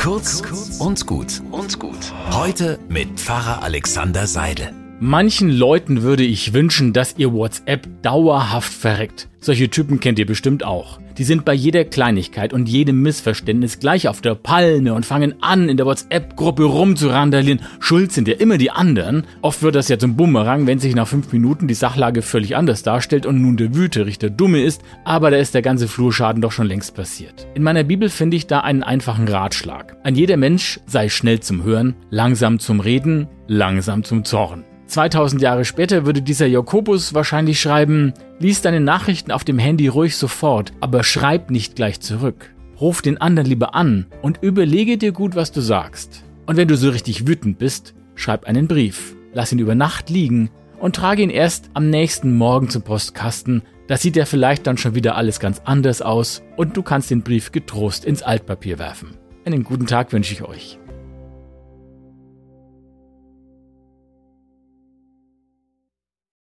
Kurz und gut. Heute mit Pfarrer Alexander Seidel. Manchen Leuten würde ich wünschen, dass ihr WhatsApp dauerhaft verreckt. Solche Typen kennt ihr bestimmt auch. Die sind bei jeder Kleinigkeit und jedem Missverständnis gleich auf der Palme und fangen an, in der WhatsApp-Gruppe rumzurandalieren. Schuld sind ja immer die anderen. Oft wird das ja zum Bumerang, wenn sich nach 5 Minuten die Sachlage völlig anders darstellt und nun der Wüterich der Dumme ist, aber da ist der ganze Flurschaden doch schon längst passiert. In meiner Bibel finde ich da einen einfachen Ratschlag. Ein jeder Mensch sei schnell zum Hören, langsam zum Reden, langsam zum Zorn. 2000 Jahre später würde dieser Jakobus wahrscheinlich schreiben: Lies deine Nachrichten auf dem Handy ruhig sofort, aber schreib nicht gleich zurück. Ruf den anderen lieber an und überlege dir gut, was du sagst. Und wenn du so richtig wütend bist, schreib einen Brief, lass ihn über Nacht liegen und trage ihn erst am nächsten Morgen zum Postkasten. Da sieht ja vielleicht dann schon wieder alles ganz anders aus und du kannst den Brief getrost ins Altpapier werfen. Einen guten Tag wünsche ich euch.